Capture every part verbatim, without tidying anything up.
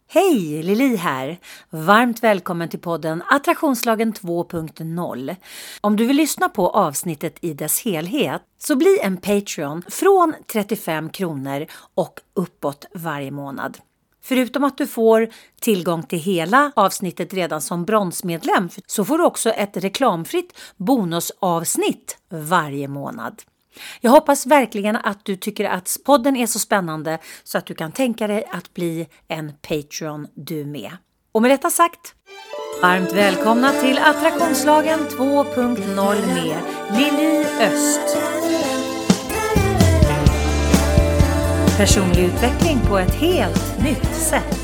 Hej, Lili här! Varmt välkommen till podden Attraktionslagen två punkt noll. Om du vill lyssna på avsnittet i dess helhet så bli en Patreon från trettiofem kronor och uppåt varje månad. Förutom att du får tillgång till hela avsnittet redan som bronsmedlem så får du också ett reklamfritt bonusavsnitt varje månad. Jag hoppas verkligen att du tycker att podden är så spännande så att du kan tänka dig att bli en Patreon du med. Och med detta sagt, varmt välkomna till Attraktionslagen två punkt noll med Lili Öst. Personlig utveckling på ett helt nytt sätt.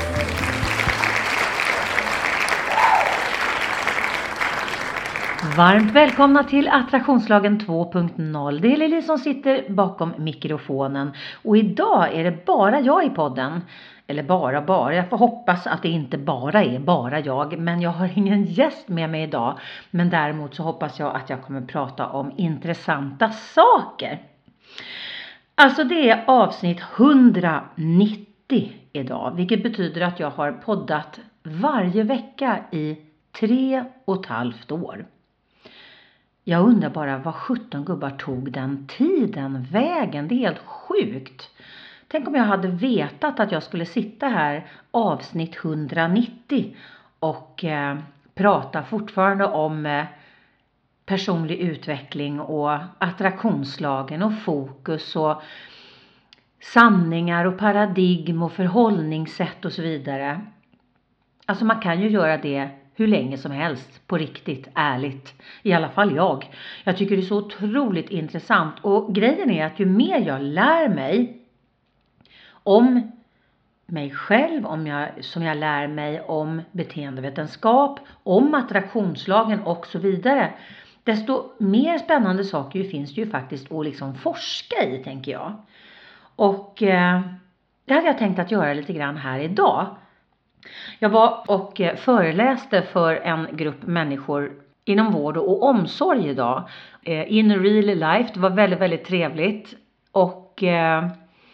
Varmt välkomna till Attraktionslagen två punkt noll. Det är Lili som sitter bakom mikrofonen. Och idag är det bara jag i podden. Eller bara, bara. Jag får hoppas att det inte bara är bara jag. Men jag har ingen gäst med mig idag. Men däremot så hoppas jag att jag kommer prata om intressanta saker. Alltså det är avsnitt hundranittio idag. Vilket betyder att jag har poddat varje vecka i tre och ett halvt år. Jag undrar bara vad sjutton gubbar tog den tiden vägen. Det är helt sjukt. Tänk om jag hade vetat att jag skulle sitta här avsnitt hundranittio och eh, prata fortfarande om eh, personlig utveckling och attraktionslagen och fokus och sanningar och paradigm och förhållningssätt och så vidare. Alltså man kan ju göra det hur länge som helst, på riktigt, ärligt. I alla fall jag. Jag tycker det är så otroligt intressant. Och grejen är att ju mer jag lär mig om mig själv, om jag, som jag lär mig om beteendevetenskap, om attraktionslagen och så vidare, desto mer spännande saker finns det ju faktiskt att liksom forska i, tänker jag. Och eh, det hade jag tänkt att göra lite grann här idag. Jag var och föreläste för en grupp människor inom vård och omsorg idag. In real life. Det var väldigt, väldigt trevligt. Och eh,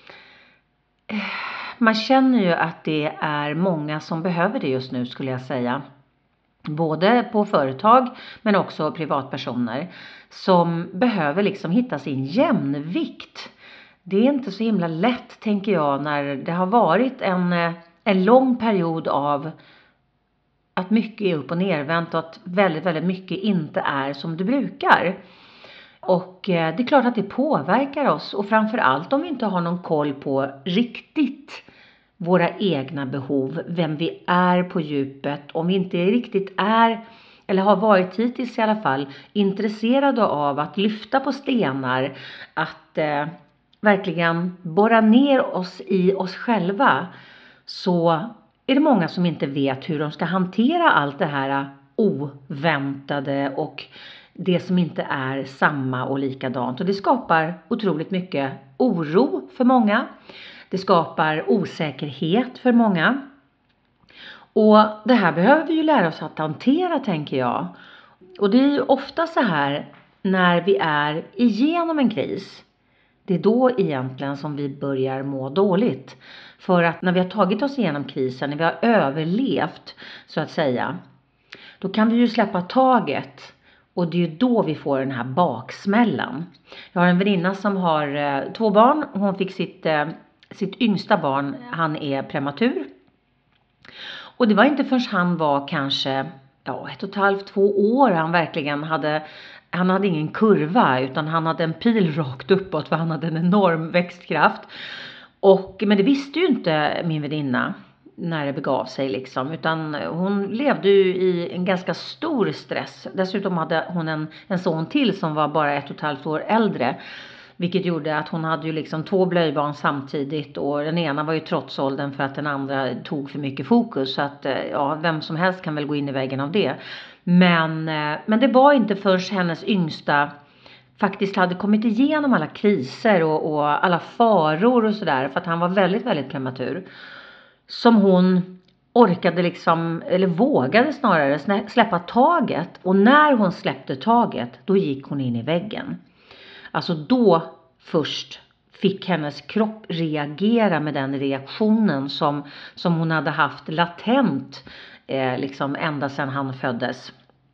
man känner ju att det är många som behöver det just nu, skulle jag säga. Både på företag men också privatpersoner. Som behöver liksom hitta sin jämnvikt. Det är inte så himla lätt, tänker jag, när det har varit en... En lång period av att mycket är upp- och nervänt och att väldigt, väldigt mycket inte är som det brukar. Och det är klart att det påverkar oss. Och framförallt om vi inte har någon koll på riktigt våra egna behov. Vem vi är på djupet. Om vi inte riktigt är, eller har varit hittills i alla fall, intresserade av att lyfta på stenar. Att eh, verkligen borra ner oss i oss själva. Så är det många som inte vet hur de ska hantera allt det här oväntade och det som inte är samma och likadant. Och det skapar otroligt mycket oro för många. Det skapar osäkerhet för många. Och det här behöver vi ju lära oss att hantera, tänker jag. Och det är ju ofta så här när vi är igenom en kris. Det är då egentligen som vi börjar må dåligt. För att när vi har tagit oss igenom krisen, när vi har överlevt så att säga, då kan vi ju släppa taget. Och det är ju då vi får den här baksmällan. Jag har en väninna som har eh, två barn. Hon fick sitt, eh, sitt yngsta barn, han är prematur. Och det var inte förrän han var kanske ja, ett och ett halvt, två år han verkligen hade... Han hade ingen kurva utan han hade en pil rakt uppåt för han hade en enorm växtkraft. Och, men det visste ju inte min väninna när det begav sig liksom. Utan hon levde ju i en ganska stor stress. Dessutom hade hon en, en son till som var bara ett och ett halvt år äldre. Vilket gjorde att hon hade ju liksom två blöjbarn samtidigt. Och den ena var ju trotsåldern för att den andra tog för mycket fokus. Så att ja, vem som helst kan väl gå in i väggen av det. Men, men det var inte först hennes yngsta faktiskt hade kommit igenom alla kriser och, och alla faror och sådär. För att han var väldigt, väldigt prematur. Som hon orkade liksom, eller vågade snarare släppa taget. Och när hon släppte taget, då gick hon in i väggen. Alltså då först fick hennes kropp reagera med den reaktionen som, som hon hade haft latent eh, liksom ända sedan han föddes.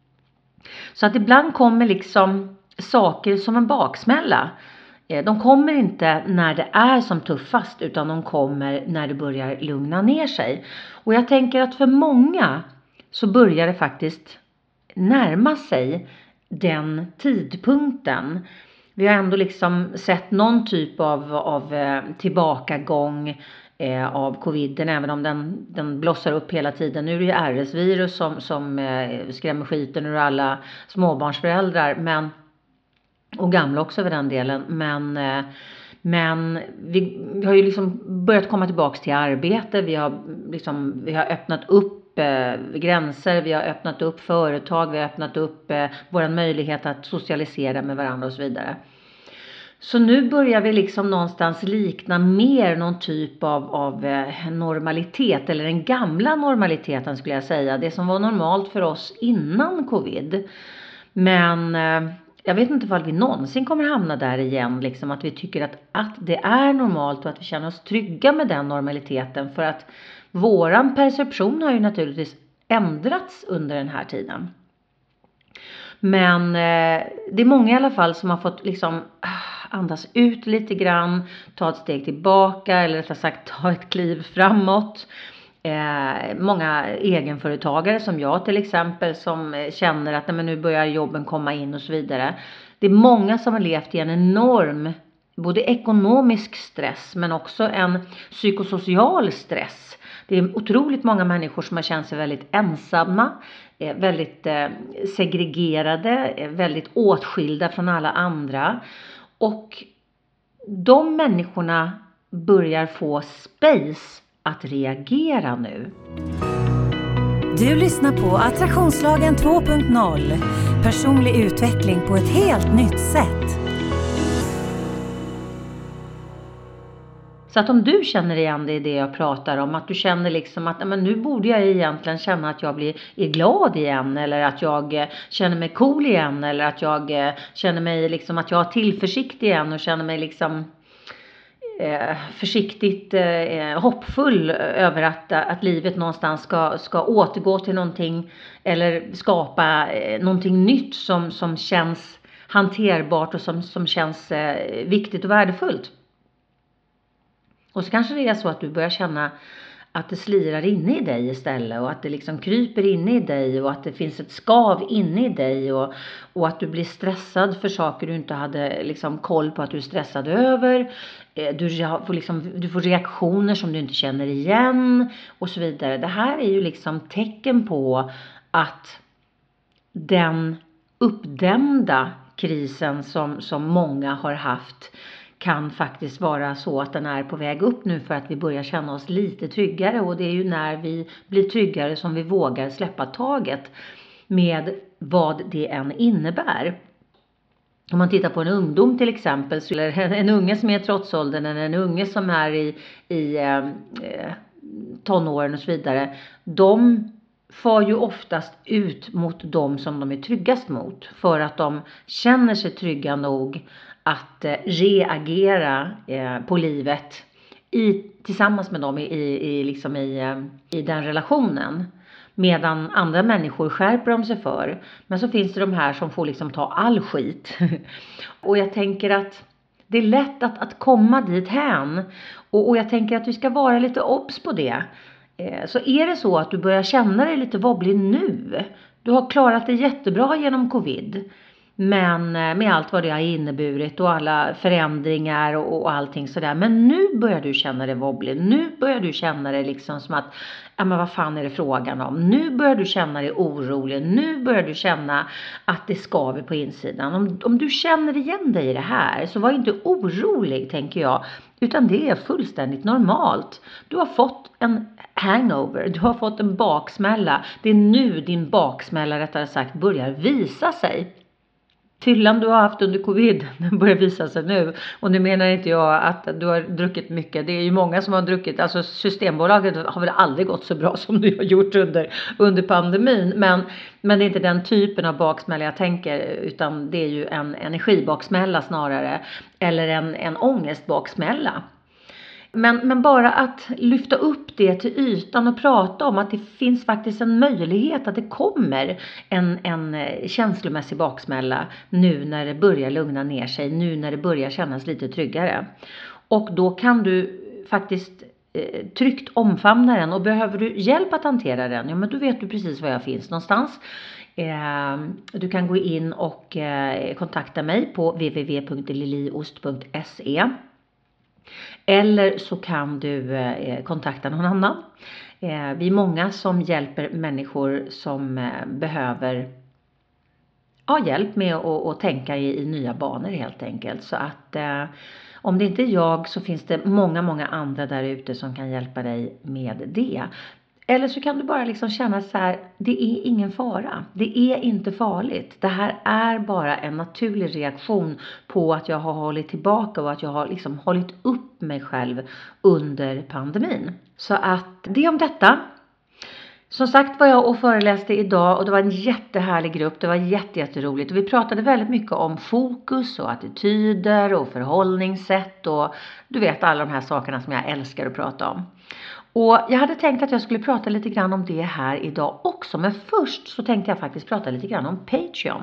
Så att ibland kommer liksom saker som en baksmälla. Eh, de kommer inte när det är som tuffast, utan de kommer när det börjar lugna ner sig. Och jag tänker att för många så börjar det faktiskt närma sig den tidpunkten. Vi har ändå liksom sett någon typ av, av eh, tillbakagång eh, av coviden, även om den, den blossar upp hela tiden. Nu är det ju R S-virus som, som eh, skrämmer skiten ur alla småbarnsföräldrar, men, och gamla också för den delen. Men, eh, men vi, vi har ju liksom börjat komma tillbaka till arbete. Vi har, liksom, vi har öppnat upp gränser, vi har öppnat upp företag, vi har öppnat upp eh, vår möjlighet att socialisera med varandra och så vidare. Så nu börjar vi liksom någonstans likna mer någon typ av, av eh, normalitet, eller den gamla normaliteten skulle jag säga, det som var normalt för oss innan covid. Men eh, jag vet inte om vi någonsin kommer hamna där igen, liksom att vi tycker att, att det är normalt och att vi känner oss trygga med den normaliteten, för att våran perception har ju naturligtvis ändrats under den här tiden. Men eh, det är många i alla fall som har fått liksom andas ut lite grann, ta ett steg tillbaka, eller rättare sagt ta ett kliv framåt. Eh, många egenföretagare som jag till exempel, som känner att nej, men nu börjar jobben komma in och så vidare. Det är många som har levt i en enorm både ekonomisk stress, men också en psykosocial stress. Det är otroligt många människor som har känt sig väldigt ensamma, väldigt segregerade, väldigt åtskilda från alla andra. Och de människorna börjar få space att reagera nu. Du lyssnar på Attraktionslagen två punkt noll. Personlig utveckling på ett helt nytt sätt. Så att om du känner igen det i det jag pratar om, att du känner liksom att men nu borde jag egentligen känna att jag blir är glad igen, eller att jag känner mig cool igen, eller att jag känner mig liksom att jag har tillförsikt igen och känner mig liksom eh, försiktigt eh, hoppfull över att, att livet någonstans ska, ska återgå till någonting, eller skapa eh, någonting nytt som, som känns hanterbart och som, som känns eh, viktigt och värdefullt. Och så kanske det är så att du börjar känna att det slirar inne i dig istället, och att det liksom kryper inne i dig, och att det finns ett skav inne i dig, och, och att du blir stressad för saker du inte hade liksom koll på att du är stressad över. Du får, liksom, du får reaktioner som du inte känner igen och så vidare. Det här är ju liksom tecken på att den uppdämda krisen som, som många har haft kan faktiskt vara så att den är på väg upp nu, för att vi börjar känna oss lite tryggare. Och det är ju när vi blir tryggare som vi vågar släppa taget med vad det än innebär. Om man tittar på en ungdom till exempel, eller en unge som är i trotsåldern, eller en unge som är i, i eh, tonåren och så vidare. De får ju oftast ut mot dem som de är tryggast mot, för att de känner sig trygga nog att eh, reagera eh, på livet i, tillsammans med dem i, i, liksom i, eh, i den relationen. Medan andra människor skärper de sig för. Men så finns det de här som får liksom ta all skit. Och jag tänker att det är lätt att, att komma dit hän. Och, och jag tänker att vi ska vara lite obs på det. Eh, så är det så att du börjar känna dig lite wobblig nu. Du har klarat det jättebra genom covid. Men med allt vad det har inneburit och alla förändringar och, och allting sådär. Men nu börjar du känna dig wobblig. Nu börjar du känna dig liksom som att, ja men vad fan är det frågan om? Nu börjar du känna dig orolig. Nu börjar du känna att det skaver på insidan. Om, om du känner igen dig i det här, så var inte orolig, tänker jag. Utan det är fullständigt normalt. Du har fått en hangover. Du har fått en baksmälla. Det är nu din baksmälla, rättare sagt, börjar visa sig. fyllan du har haft under covid, den börjar visa sig nu. Och nu menar inte jag att du har druckit mycket. Det är ju många som har druckit, alltså Systembolaget har väl aldrig gått så bra som du har gjort under, under pandemin. Men, men det är inte den typen av baksmälla jag tänker, utan det är ju en energibaksmälla snarare. Eller en, en ångestbaksmälla. Men, men bara att lyfta upp det till ytan och prata om att det finns faktiskt en möjlighet att det kommer en, en känslomässig baksmälla nu när det börjar lugna ner sig, nu när det börjar kännas lite tryggare. Och då kan du faktiskt eh, tryggt omfamna den, och behöver du hjälp att hantera den, ja men då vet du precis var jag finns någonstans. Eh, du kan gå in och eh, kontakta mig på w w w punkt liliost punkt se. Eller så kan du eh, kontakta någon annan. Eh, vi är många som hjälper människor som eh, behöver ja, hjälp med att, att tänka i, i nya banor helt enkelt. Så att eh, om det inte är jag, så finns det många, många andra där ute som kan hjälpa dig med det. Eller så kan du bara liksom känna så här, det är ingen fara. Det är inte farligt. Det här är bara en naturlig reaktion på att jag har hållit tillbaka och att jag har liksom hållit upp mig själv under pandemin. Så att det om detta. Som sagt var jag och föreläste idag, och det var en jättehärlig grupp. Det var jätte, jätteroligt. Och vi pratade väldigt mycket om fokus och attityder och förhållningssätt. Och du vet alla de här sakerna som jag älskar att prata om. Och jag hade tänkt att jag skulle prata lite grann om det här idag också. Men först så tänkte jag faktiskt prata lite grann om Patreon.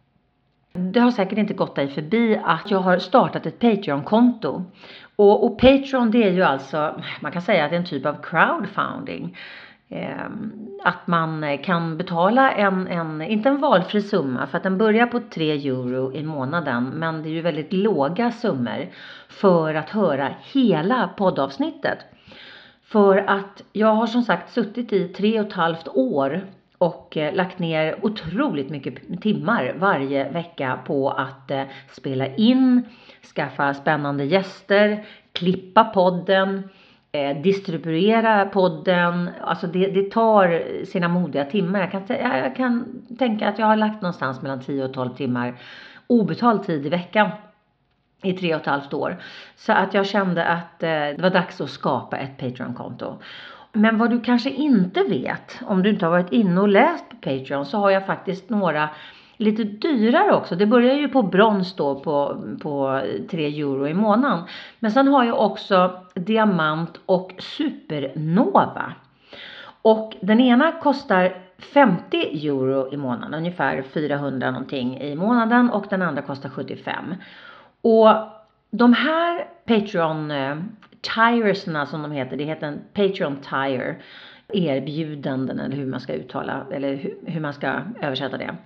Det har säkert inte gått dig förbi att jag har startat ett Patreon-konto. Och, och Patreon, det är ju alltså, man kan säga att det är en typ av crowdfunding. Eh, att man kan betala en, en, inte en valfri summa, för att den börjar på tre euro i månaden. Men det är ju väldigt låga summor för att höra hela poddavsnittet. För att jag har som sagt suttit i tre och ett halvt år och eh, lagt ner otroligt mycket timmar varje vecka på att eh, spela in, skaffa spännande gäster, klippa podden, eh, distribuera podden. Alltså det, det tar sina modiga timmar. Jag kan, jag kan tänka att jag har lagt någonstans mellan tio och tolv timmar obetald tid i veckan. I tre och ett halvt år. Så att jag kände att eh, det var dags att skapa ett Patreon-konto. Men vad du kanske inte vet, om du inte har varit inne och läst på Patreon, så har jag faktiskt några lite dyrare också. Det börjar ju på brons då på, på tre euro i månaden. Men sen har jag också diamant och supernova. Och den ena kostar femtio euro i månaden, ungefär fyrahundra någonting i månaden, och den andra kostar sjuttiofem. Och de här Patreon eh, tiersna som de heter, det heter en Patreon tier, erbjudanden eller hur man ska uttala, eller hur, hur man ska översätta det.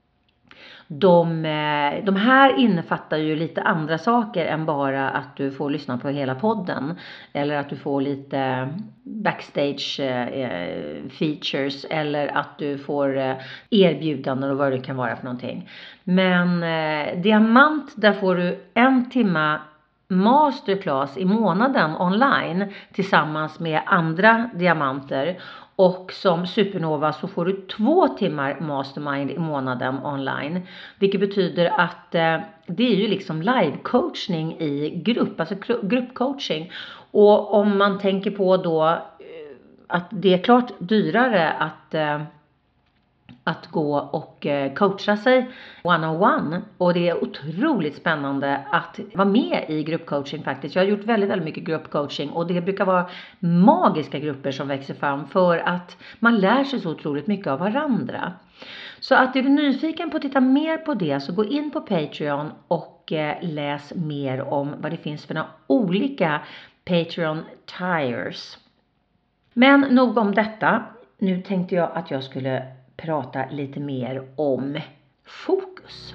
De, eh, de här innefattar ju lite andra saker än bara att du får lyssna på hela podden. Eller att du får lite backstage eh, features. Eller att du får eh, erbjudanden och vad det kan vara för någonting. Men eh, diamant, där får du en timma masterclass i månaden online tillsammans med andra diamanter. Och som supernova så får du två timmar mastermind i månaden online. Vilket betyder att eh, det är ju liksom live-coachning i grupp. Alltså gruppcoaching. Och om man tänker på då eh, att det är klart dyrare att... Eh, att gå och coacha sig one-on-one. Och det är otroligt spännande att vara med i gruppcoaching faktiskt. Jag har gjort väldigt, väldigt mycket gruppcoaching. Och det brukar vara magiska grupper som växer fram. För att man lär sig så otroligt mycket av varandra. Så att är du nyfiken på att titta mer på det, så gå in på Patreon och läs mer om vad det finns för några olika Patreon tiers. Men nog om detta. Nu tänkte jag att jag skulle prata lite mer om fokus.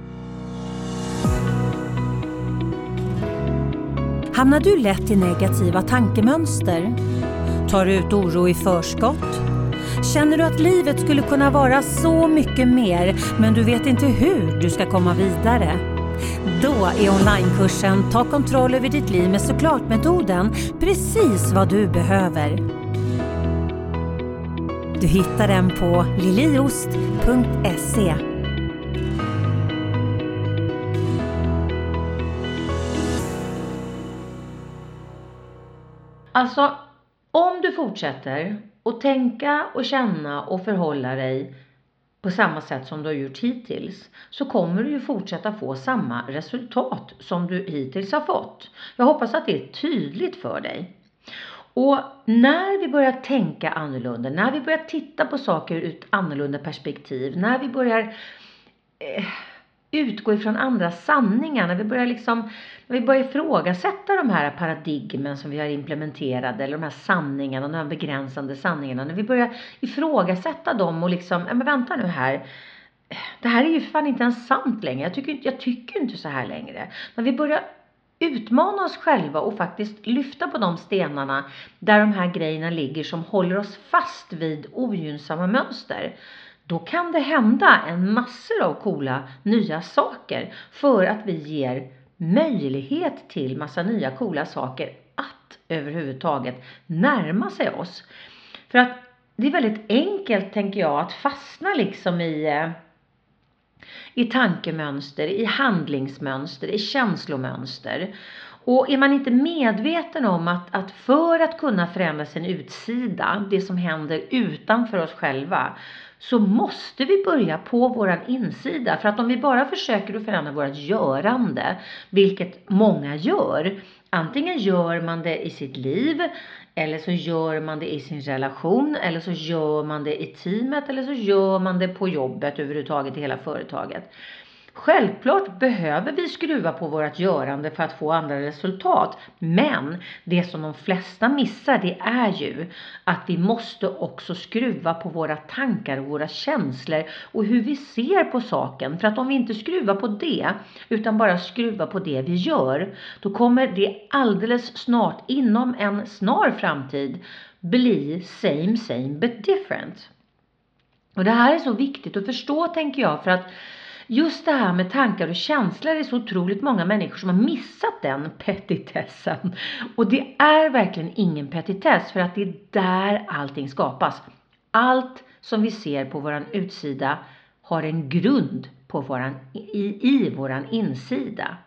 Hamnar du lätt i negativa tankemönster? Tar du ut oro i förskott? Känner du att livet skulle kunna vara så mycket mer, men du vet inte hur du ska komma vidare? Då är onlinekursen Ta kontroll över ditt liv med såklart-metoden precis vad du behöver. Du hittar den på liliost punkt se. Alltså, om du fortsätter att tänka och känna och förhålla dig på samma sätt som du har gjort hittills, så kommer du ju fortsätta få samma resultat som du hittills har fått. Jag hoppas att det är tydligt för dig. Och när vi börjar tänka annorlunda, när vi börjar titta på saker ur ett annorlunda perspektiv, när vi börjar eh, utgå ifrån andra sanningar, när vi börjar liksom, när vi börjar ifrågasätta de här paradigmen som vi har implementerat, eller de här sanningarna, de här begränsande sanningarna, när vi börjar ifrågasätta dem och liksom, ja men vänta nu här, det här är ju fan inte ens sant längre, jag tycker, jag tycker inte så här längre. När vi börjar utmana oss själva och faktiskt lyfta på de stenarna där de här grejerna ligger som håller oss fast vid ogynnsamma mönster, då kan det hända en massor av coola nya saker, för att vi ger möjlighet till massa nya coola saker att överhuvudtaget närma sig oss. För att det är väldigt enkelt, tänker jag, att fastna liksom i i tankemönster, i handlingsmönster, i känslomönster. Och är man inte medveten om att, att för att kunna förändra sin utsida, det som händer utanför oss själva, så måste vi börja på våran insida. För att om vi bara försöker att förändra vårt görande, vilket många gör, antingen gör man det i sitt liv, eller så gör man det i sin relation, eller så gör man det i teamet, eller så gör man det på jobbet överhuvudtaget i hela företaget. Självklart behöver vi skruva på vårt görande för att få andra resultat. Men det som de flesta missar, det är ju att vi måste också skruva på våra tankar och våra känslor och hur vi ser på saken. För att om vi inte skruvar på det, utan bara skruvar på det vi gör, då kommer det alldeles snart, inom en snar framtid, bli same same but different. Och det här är så viktigt att förstå, tänker jag, för att just det här med tankar och känslor är så otroligt många människor som har missat den petitessen. Och det är verkligen ingen petitess, för att det är där allting skapas. Allt som vi ser på våran utsida har en grund på våran, i, i våran insida.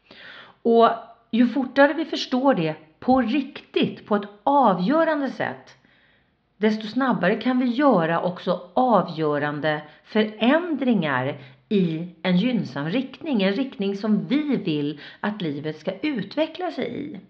Och ju fortare vi förstår det på riktigt, på ett avgörande sätt, desto snabbare kan vi göra också avgörande förändringar i en gynnsam riktning. En riktning som vi vill att livet ska utveckla sig i.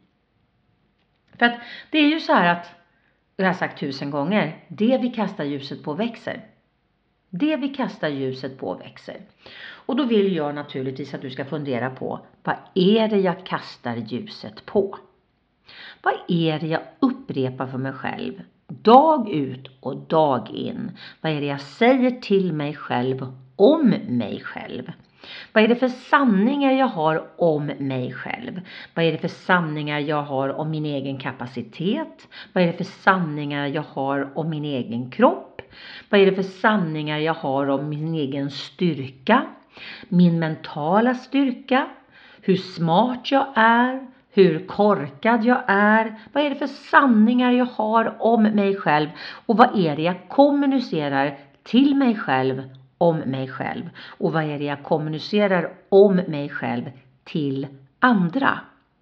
För att det är ju så här att, jag har sagt tusen gånger, det vi kastar ljuset på växer. Det vi kastar ljuset på växer. Och då vill jag naturligtvis att du ska fundera på, vad är det jag kastar ljuset på? Vad är det jag upprepar för mig själv? Dag ut och dag in. Vad är det jag säger till mig själv om mig själv? Vad är det för sanningar jag har om mig själv? Vad är det för sanningar jag har om min egen kapacitet? Vad är det för sanningar jag har om min egen kropp? Vad är det för sanningar jag har om min egen styrka? Min mentala styrka? Hur smart jag är? Hur korkad jag är? Vad är det för sanningar jag har om mig själv? Och vad är det jag kommunicerar till mig själv om mig själv? Och vad är det jag kommunicerar om mig själv till andra?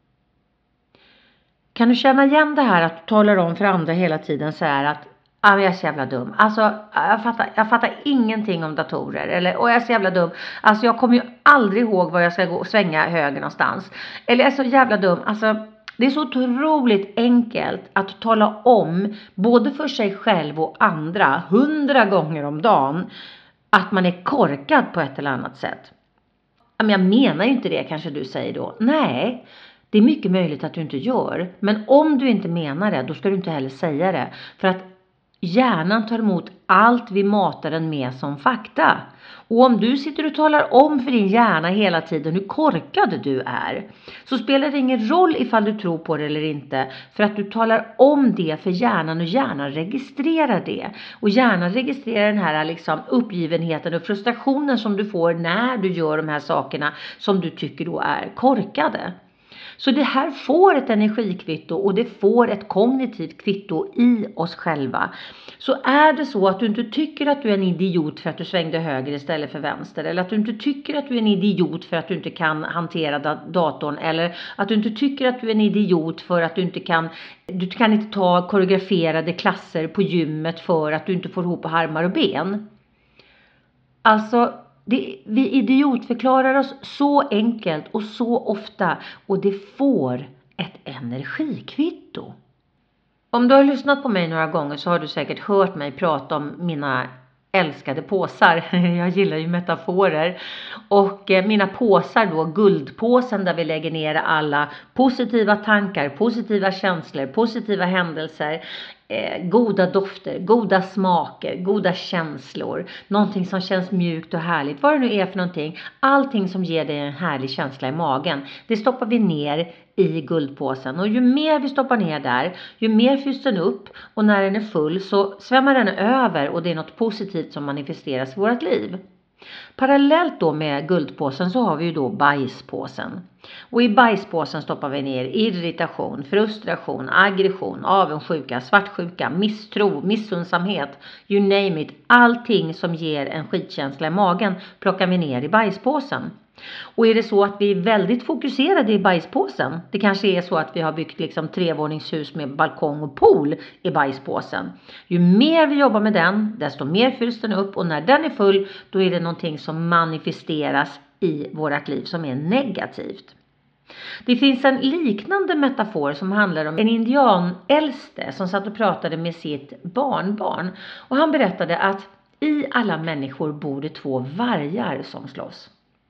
Kan du känna igen det här att du talar om för andra hela tiden så här att ah, jag är så jävla dum. Alltså jag fattar, jag fattar ingenting om datorer. Eller, och jag är så jävla dum. Alltså jag kommer ju aldrig ihåg var jag ska gå och svänga höger någonstans. Eller jag är så jävla dum. Alltså det är så otroligt enkelt att tala om både för sig själv och andra hundra gånger om dagen att man är korkad på ett eller annat sätt. Men jag menar ju inte det, kanske du säger då. Nej, det är mycket möjligt att du inte gör. Men om du inte menar det, då ska du inte heller säga det. För att hjärnan tar emot allt vi matar den med som fakta. Och om du sitter och talar om för din hjärna hela tiden hur korkad du är, så spelar det ingen roll ifall du tror på det eller inte. För att du talar om det för hjärnan, och hjärnan registrerar det. Och hjärnan registrerar den här liksom uppgivenheten och frustrationen som du får när du gör de här sakerna som du tycker då är korkade. Så det här får ett energikvitto och det får ett kognitivt kvitto i oss själva. Så är det så att du inte tycker att du är en idiot för att du svängde höger istället för vänster, eller att du inte tycker att du är en idiot för att du inte kan hantera datorn, eller att du inte tycker att du är en idiot för att du inte kan du kan inte ta koreograferade klasser på gymmet för att du inte får ihop armar och ben. Alltså det, vi idiotförklarar oss så enkelt och så ofta, och det får ett energikvitto. Om du har lyssnat på mig några gånger så har du säkert hört mig prata om mina älskade påsar. Jag gillar ju metaforer. Och mina påsar då, guldpåsen där vi lägger ner alla positiva tankar, positiva känslor, positiva händelser, eh, goda dofter, goda smaker, goda känslor. Någonting som känns mjukt och härligt. Vad det nu är för någonting. Allting som ger dig en härlig känsla i magen. Det stoppar vi ner i guldpåsen, och ju mer vi stoppar ner där, ju mer fylls den upp, och när den är full så svämmar den över och det är något positivt som manifesteras i vårt liv. Parallellt då med guldpåsen så har vi ju då bajspåsen. Och i bajspåsen stoppar vi ner irritation, frustration, aggression, avundsjuka, svartsjuka, misstro, missundsamhet, you name it. Allting som ger en skitkänsla i magen plockar vi ner i bajspåsen. Och är det så att vi är väldigt fokuserade i bajspåsen, det kanske är så att vi har byggt liksom trevåningshus med balkong och pool i bajspåsen. Ju mer vi jobbar med den, desto mer fylls den upp, och när den är full då är det någonting som manifesteras i vårt liv som är negativt. Det finns en liknande metafor som handlar om en indianäldste som satt och pratade med sitt barnbarn, och han berättade att i alla människor bor det två vargar som slåss.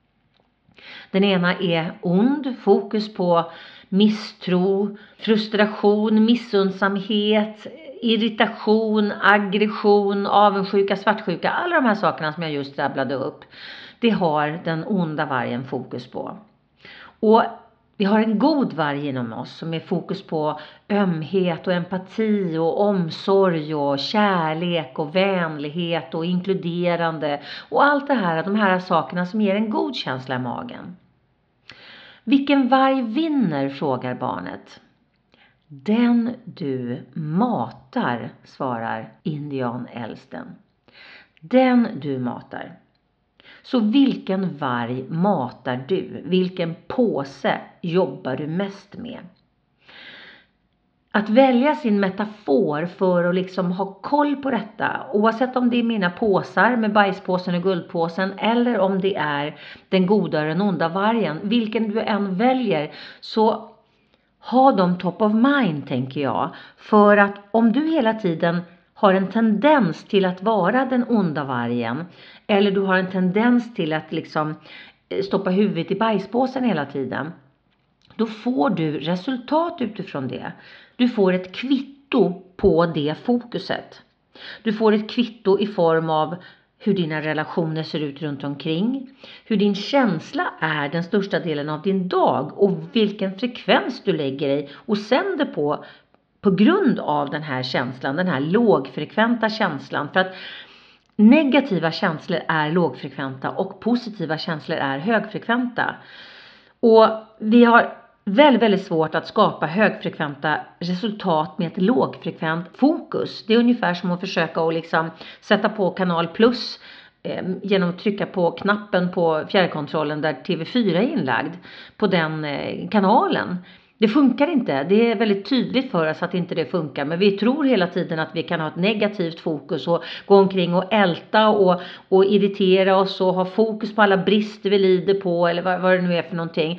Den ena är ond, fokus på misstro, frustration, missundsamhet, irritation, aggression, avundsjuka, svartsjuka. Alla de här sakerna som jag just rabblade upp, det har den onda vargen fokus på. Och vi har en god varg inom oss som är fokus på ömhet och empati och omsorg och kärlek och vänlighet och inkluderande. Och allt det här, de här sakerna som ger en god känsla i magen. Vilken varg vinner, frågar barnet. Den du matar, svarar indianäldsten. Den du matar. Så vilken varg matar du? Vilken påse jobbar du mest med? Att välja sin metafor för att liksom ha koll på detta, oavsett om det är mina påsar med bajspåsen och guldpåsen, eller om det är den goda och den onda vargen, vilken du än väljer, så ha dem top of mind, tänker jag. För att om du hela tiden har en tendens till att vara den onda vargen, eller du har en tendens till att liksom stoppa huvudet i bajspåsen hela tiden, då får du resultat utifrån det. Du får ett kvitto på det fokuset. Du får ett kvitto i form av hur dina relationer ser ut runt omkring, hur din känsla är den största delen av din dag och vilken frekvens du lägger i och sänder på på grund av den här känslan, den här lågfrekventa känslan. För att negativa känslor är lågfrekventa och positiva känslor är högfrekventa. Och vi har väldigt, väldigt svårt att skapa högfrekventa resultat med ett lågfrekvent fokus. Det är ungefär som att försöka att liksom sätta på kanal plus eh, genom att trycka på knappen på fjärrkontrollen där T V fyra är inlagd på den eh, kanalen. Det funkar inte. Det är väldigt tydligt för oss att inte det funkar. Men vi tror hela tiden att vi kan ha ett negativt fokus och gå omkring och älta och, och irritera oss och ha fokus på alla brister vi lider på eller vad, vad det nu är för någonting.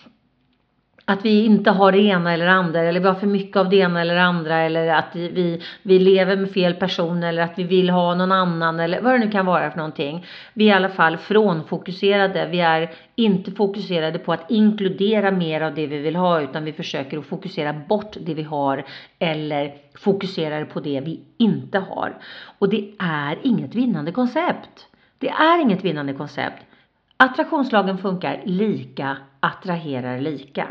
Att vi inte har det ena eller andra, eller vi har för mycket av det ena eller andra, eller att vi, vi lever med fel person, eller att vi vill ha någon annan, eller vad det nu kan vara för någonting. Vi är i alla fall frånfokuserade. Vi är inte fokuserade på att inkludera mer av det vi vill ha, utan vi försöker att fokusera bort det vi har eller fokuserar på det vi inte har. Och det är inget vinnande koncept. Det är inget vinnande koncept. Attraktionslagen funkar lika, attraherar lika.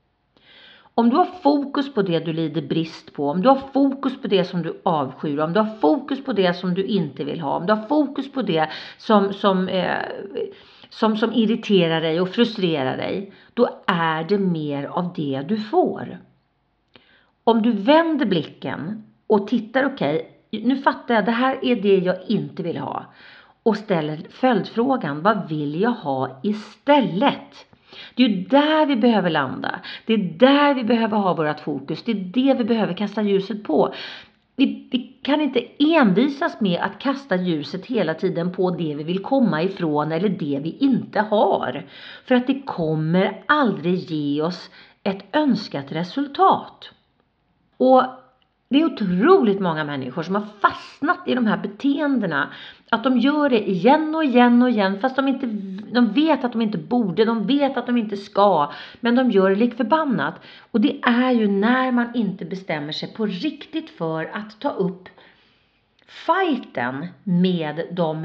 Om du har fokus på det du lider brist på, om du har fokus på det som du avskyr, om du har fokus på det som du inte vill ha, om du har fokus på det som, som eh, som, som irriterar dig och frustrerar dig, då är det mer av det du får. Om du vänder blicken och tittar, okej, okay, nu fattar jag, det här är det jag inte vill ha. Och ställer följdfrågan, vad vill jag ha istället? Det är ju där vi behöver landa. Det är där vi behöver ha vårt fokus. Det är det vi behöver kasta ljuset på. Vi, vi kan inte envisas med att kasta ljuset hela tiden på det vi vill komma ifrån eller det vi inte har. För att det kommer aldrig ge oss ett önskat resultat. Och det är otroligt många människor som har fastnat i de här beteendena. Att de gör det igen och igen och igen. Fast de, inte, de vet att de inte borde. De vet att de inte ska. Men de gör det lik förbannat. Och det är ju när man inte bestämmer sig på riktigt för att ta upp fighten med de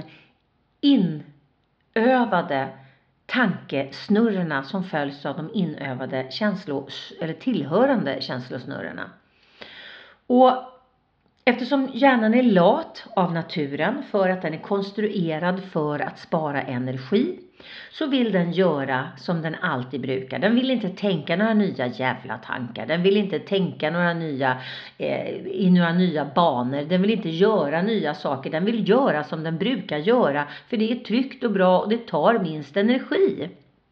inövade tankesnurrorna som följs av de inövade känslos, eller tillhörande känslosnurrorna. Och eftersom hjärnan är lat av naturen för att den är konstruerad för att spara energi, så vill den göra som den alltid brukar. Den vill inte tänka några nya jävla tankar. Den vill inte tänka några nya, eh, i några nya banor. Den vill inte göra nya saker. Den vill göra som den brukar göra. För det är tryggt och bra och det tar minst energi.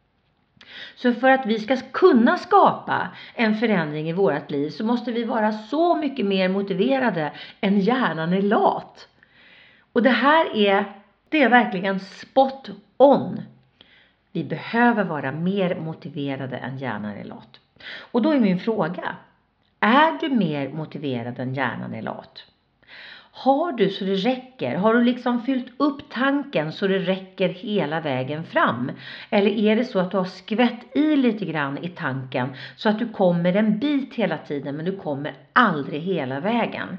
Så för att vi ska kunna skapa en förändring i vårt liv så måste vi vara så mycket mer motiverade än hjärnan är lat. Och det här är, det är verkligen spot on. Vi behöver vara mer motiverade än hjärnan är lat. Och då är min fråga, är du mer motiverad än hjärnan är lat? Har du så det räcker? Har du liksom fyllt upp tanken så det räcker hela vägen fram? Eller är det så att du har skvätt i lite grann i tanken så att du kommer en bit hela tiden men du kommer aldrig hela vägen?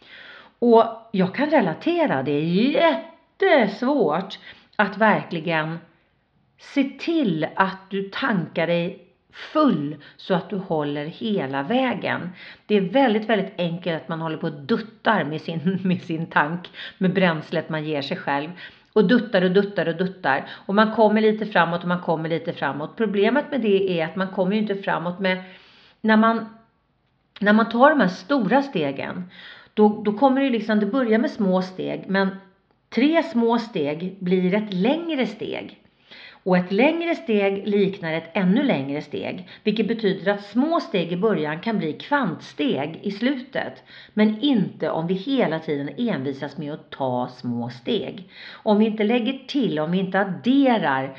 Och jag kan relatera, det är jättesvårt att verkligen se till att du tankar dig full så att du håller hela vägen. Det är väldigt väldigt enkelt att man håller på och duttar med sin, med sin tank, med bränslet man ger sig själv. Och duttar och duttar och duttar. Och man kommer lite framåt och man kommer lite framåt. Problemet med det är att man kommer ju inte framåt med, när man, när man tar de här stora stegen. Då, då kommer det liksom, det börjar med små steg, men tre små steg blir ett längre steg. Och ett längre steg liknar ett ännu längre steg. Vilket betyder att små steg i början kan bli kvantsteg i slutet. Men inte om vi hela tiden envisas med att ta små steg. Om vi inte lägger till, om vi inte adderar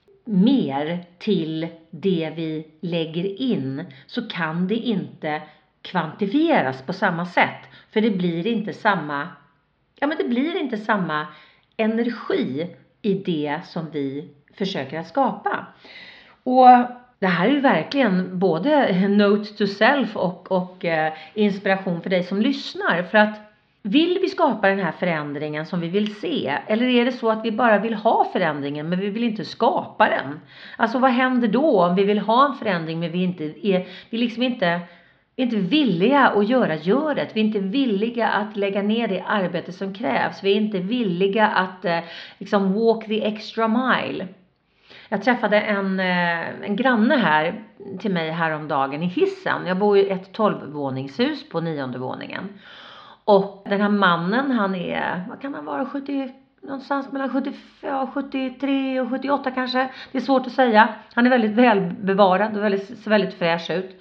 mer till det vi lägger in, så kan det inte kvantifieras på samma sätt. För det blir inte samma, ja men det blir inte samma energi i det som vi försöker att skapa. Och det här är ju verkligen både note to self och, och eh, inspiration för dig som lyssnar. För att vill vi skapa den här förändringen som vi vill se? Eller är det så att vi bara vill ha förändringen men vi vill inte skapa den? Alltså vad händer då om vi vill ha en förändring men vi inte är, vi liksom inte, vi är inte villiga att göra göret. Vi är inte villiga att lägga ner det arbete som krävs. Vi är inte villiga att eh, liksom walk the extra mile. Jag träffade en, en granne här till mig häromdagen i hissen. Jag bor i ett tolvvåningshus på nionde våningen. Och den här mannen, han är, vad kan han vara, sjuttio, någonstans mellan sjuttio, ja, sjuttiotre och sjuttioåtta kanske. Det är svårt att säga. Han är väldigt välbevarad och väldigt, ser väldigt fräsch ut.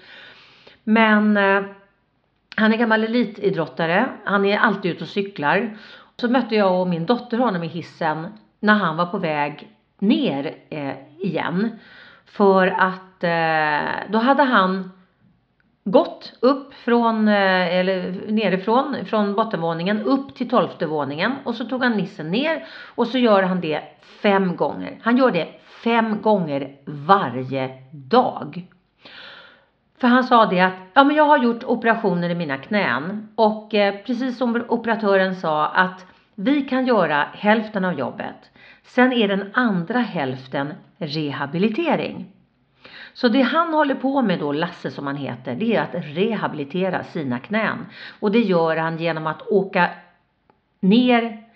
Men eh, han är gammal elitidrottare. Han är alltid ute och cyklar. Så mötte jag och min dotter honom i hissen när han var på väg ner eh, igen. För att eh, då hade han gått upp från, eh, eller nerifrån, från bottenvåningen upp till tolfte våningen. Och så tog han nissen ner och så gör han det fem gånger. Han gör det fem gånger varje dag. För han sa det att ja, men jag har gjort operationer i mina knän. Och eh, precis som operatören sa att vi kan göra hälften av jobbet. Sen är den andra hälften rehabilitering. Så det han håller på med då, Lasse som han heter, det är att rehabilitera sina knän. Och det gör han genom att åka ner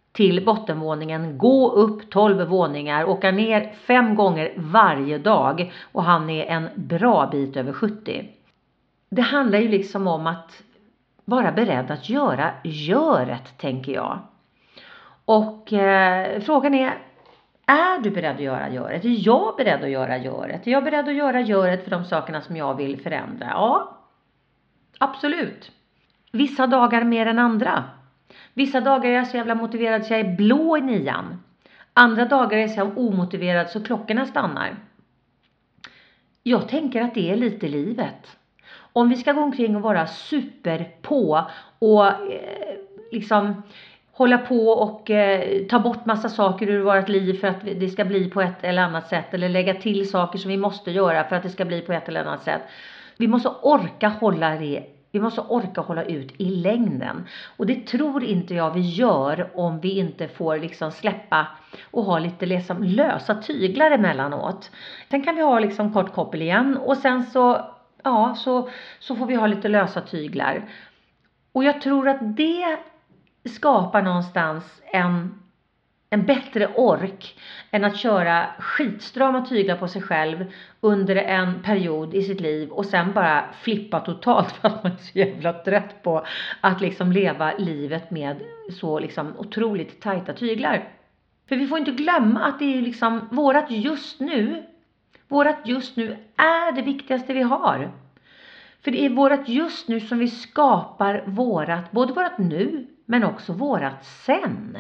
till bottenvåningen, gå upp tolv våningar, åka ner fem gånger varje dag och han är en bra bit över sjuttio. Det handlar ju liksom om att vara beredd att göra göret, tänker jag. Och eh, frågan är, är du beredd att göra göret? Är jag beredd att göra göret? Är jag beredd att göra göret för de sakerna som jag vill förändra? Ja, absolut. Vissa dagar mer än andra. Vissa dagar är jag så jävla motiverad så jag är blå i nian. Andra dagar är jag så omotiverad så klockorna stannar. Jag tänker att det är lite livet. Om vi ska gå omkring och vara super på och eh, liksom hålla på och eh, ta bort massa saker ur vårt liv för att det ska bli på ett eller annat sätt. Eller lägga till saker som vi måste göra för att det ska bli på ett eller annat sätt. Vi måste orka hålla det. Vi måste orka hålla ut i längden. Och det tror inte jag vi gör om vi inte får liksom släppa och ha lite liksom lösa tyglar emellanåt. Sen kan vi ha liksom kort koppel igen och sen så, ja, så, så får vi ha lite lösa tyglar. Och jag tror att det skapar någonstans en, en bättre ork än att köra skitstrama tyglar på sig själv under en period i sitt liv och sen bara flippa totalt för att man är så jävla trött på att liksom leva livet med så liksom otroligt tajta tyglar. För vi får inte glömma att det är liksom vårat just nu, vårat just nu är det viktigaste vi har. För det är vårat just nu som vi skapar vårat, både vårat nu men också vårat sen.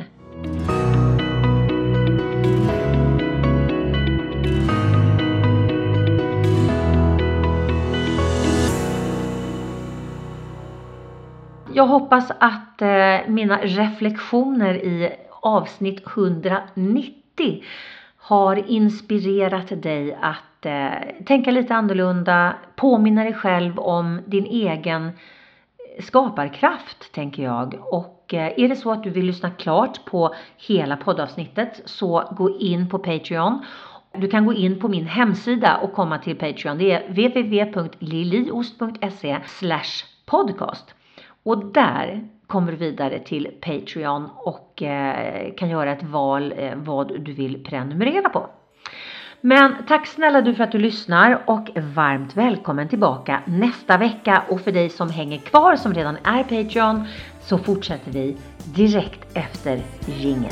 Jag hoppas att eh, mina reflektioner i avsnitt hundranittio har inspirerat dig att eh, tänka lite annorlunda, påminna dig själv om din egen skaparkraft, tänker jag. Och eh, är det så att du vill lyssna klart på hela poddavsnittet så gå in på Patreon. Du kan gå in på min hemsida och komma till Patreon. Det är w w w punkt liliost punkt se slash podcast. Och där kommer du vidare till Patreon och eh, kan göra ett val eh, vad du vill prenumerera på. Men tack snälla du för att du lyssnar och varmt välkommen tillbaka nästa vecka. Och för dig som hänger kvar som redan är Patreon så fortsätter vi direkt efter jingeln.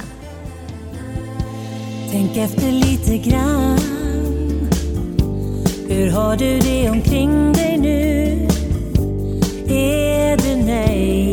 Tänk efter lite grann. Hur har du det omkring dig nu? Är du nöjd?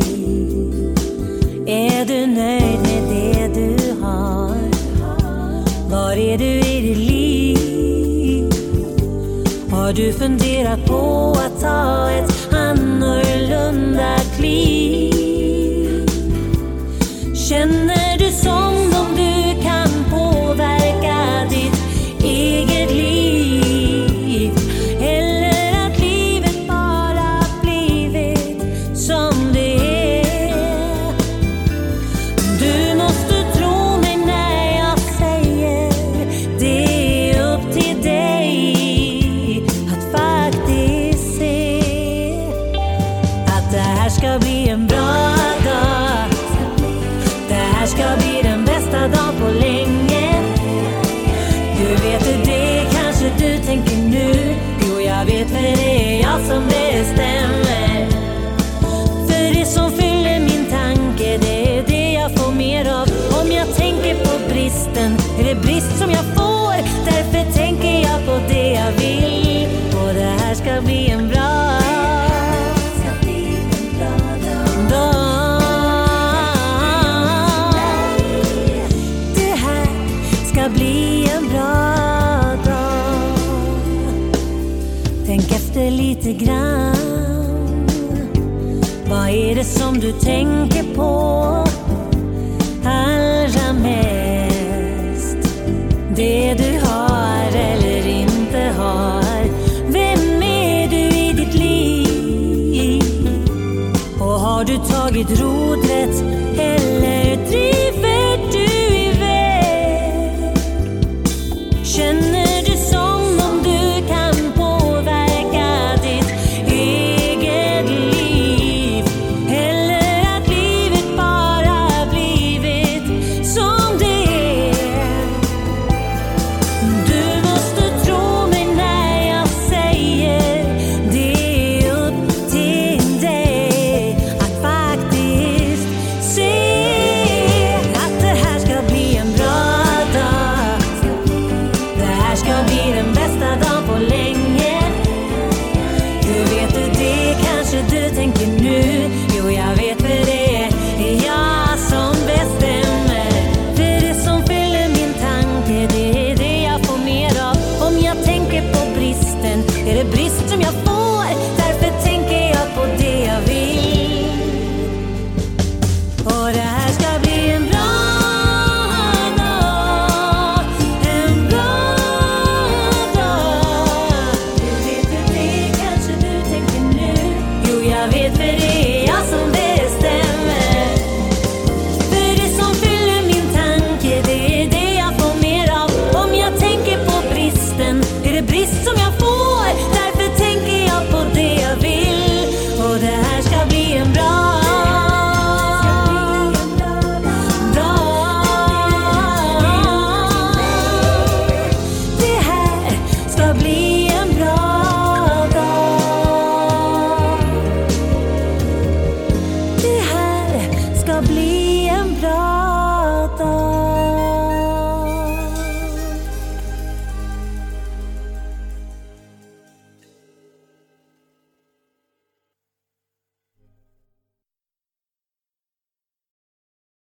Är du nöjd med det du har? Var är du i ditt liv? Har du funderat på att ta ett annorlunda kliv? Känner du som om du kan påverka ditt eget liv? Eller att livet bara blivit som det är? Du måste tro mig när jag säger det är upp till dig att faktiskt se att det här ska bli en bra dag. Det här ska bli den bästa dagen på länge. Du vet hur det kanske du tänker nu. Jo, jag vet för det är jag som bestämmer. För det som fyller min tanke, det är det jag får mer av. Om jag tänker på bristen, är det brist som jag får. Därför tänker jag på det jag vill. Och det här ska bli en bra bli en bra dag. Tänk efter lite grann. Vad är det som du tänker på allra mest? Det du har eller inte har. Vem är du i ditt liv? Och har du tagit ro